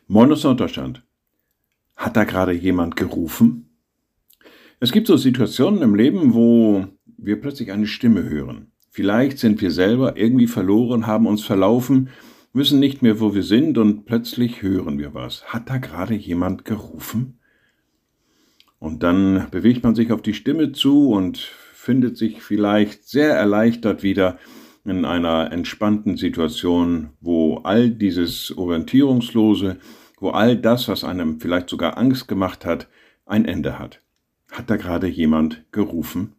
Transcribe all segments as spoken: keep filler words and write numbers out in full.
Moin aus Norddeutschland. Hat da gerade jemand gerufen? Es gibt so Situationen im Leben, wo wir plötzlich eine Stimme hören. Vielleicht sind wir selber irgendwie verloren, haben uns verlaufen, wissen nicht mehr, wo wir sind und plötzlich hören wir was. Hat da gerade jemand gerufen? Und dann bewegt man sich auf die Stimme zu und findet sich vielleicht sehr erleichtert wieder in einer entspannten Situation, wo all dieses Orientierungslose, wo all das, was einem vielleicht sogar Angst gemacht hat, ein Ende hat. Hat da gerade jemand gerufen?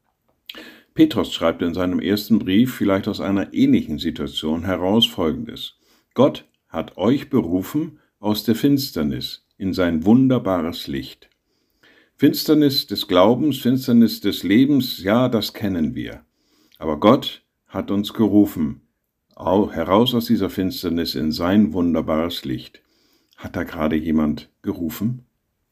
Petrus schreibt in seinem ersten Brief vielleicht aus einer ähnlichen Situation heraus Folgendes: Gott hat euch berufen aus der Finsternis in sein wunderbares Licht. Finsternis des Glaubens, Finsternis des Lebens, ja, das kennen wir. Aber Gott hat uns gerufen, heraus aus dieser Finsternis in sein wunderbares Licht. Hat da gerade jemand gerufen?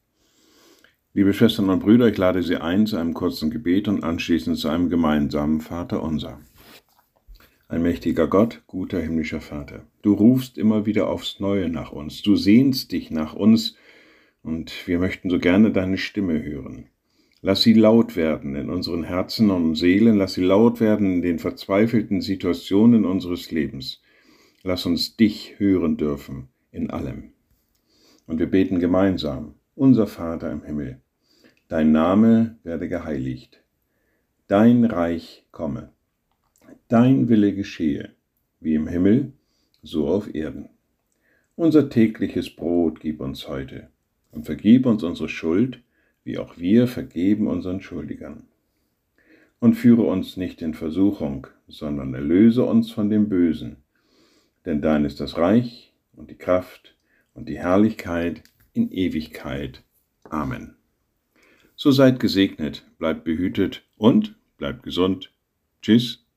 Liebe Schwestern und Brüder, ich lade Sie ein zu einem kurzen Gebet und anschließend zu einem gemeinsamen Vaterunser. Allmächtiger Gott, guter himmlischer Vater, du rufst immer wieder aufs Neue nach uns, du sehnst dich nach uns und wir möchten so gerne deine Stimme hören. Lass sie laut werden in unseren Herzen und Seelen, lass sie laut werden in den verzweifelten Situationen unseres Lebens. Lass uns dich hören dürfen in allem. Und wir beten gemeinsam: Unser Vater im Himmel, dein Name werde geheiligt, dein Reich komme, dein Wille geschehe, wie im Himmel, so auf Erden. Unser tägliches Brot gib uns heute und vergib uns unsere Schuld, wie auch wir vergeben unseren Schuldigern. Und führe uns nicht in Versuchung, sondern erlöse uns von dem Bösen. Denn dein ist das Reich und die Kraft und die Herrlichkeit in Ewigkeit. Amen. So seid gesegnet, bleibt behütet und bleibt gesund. Tschüss.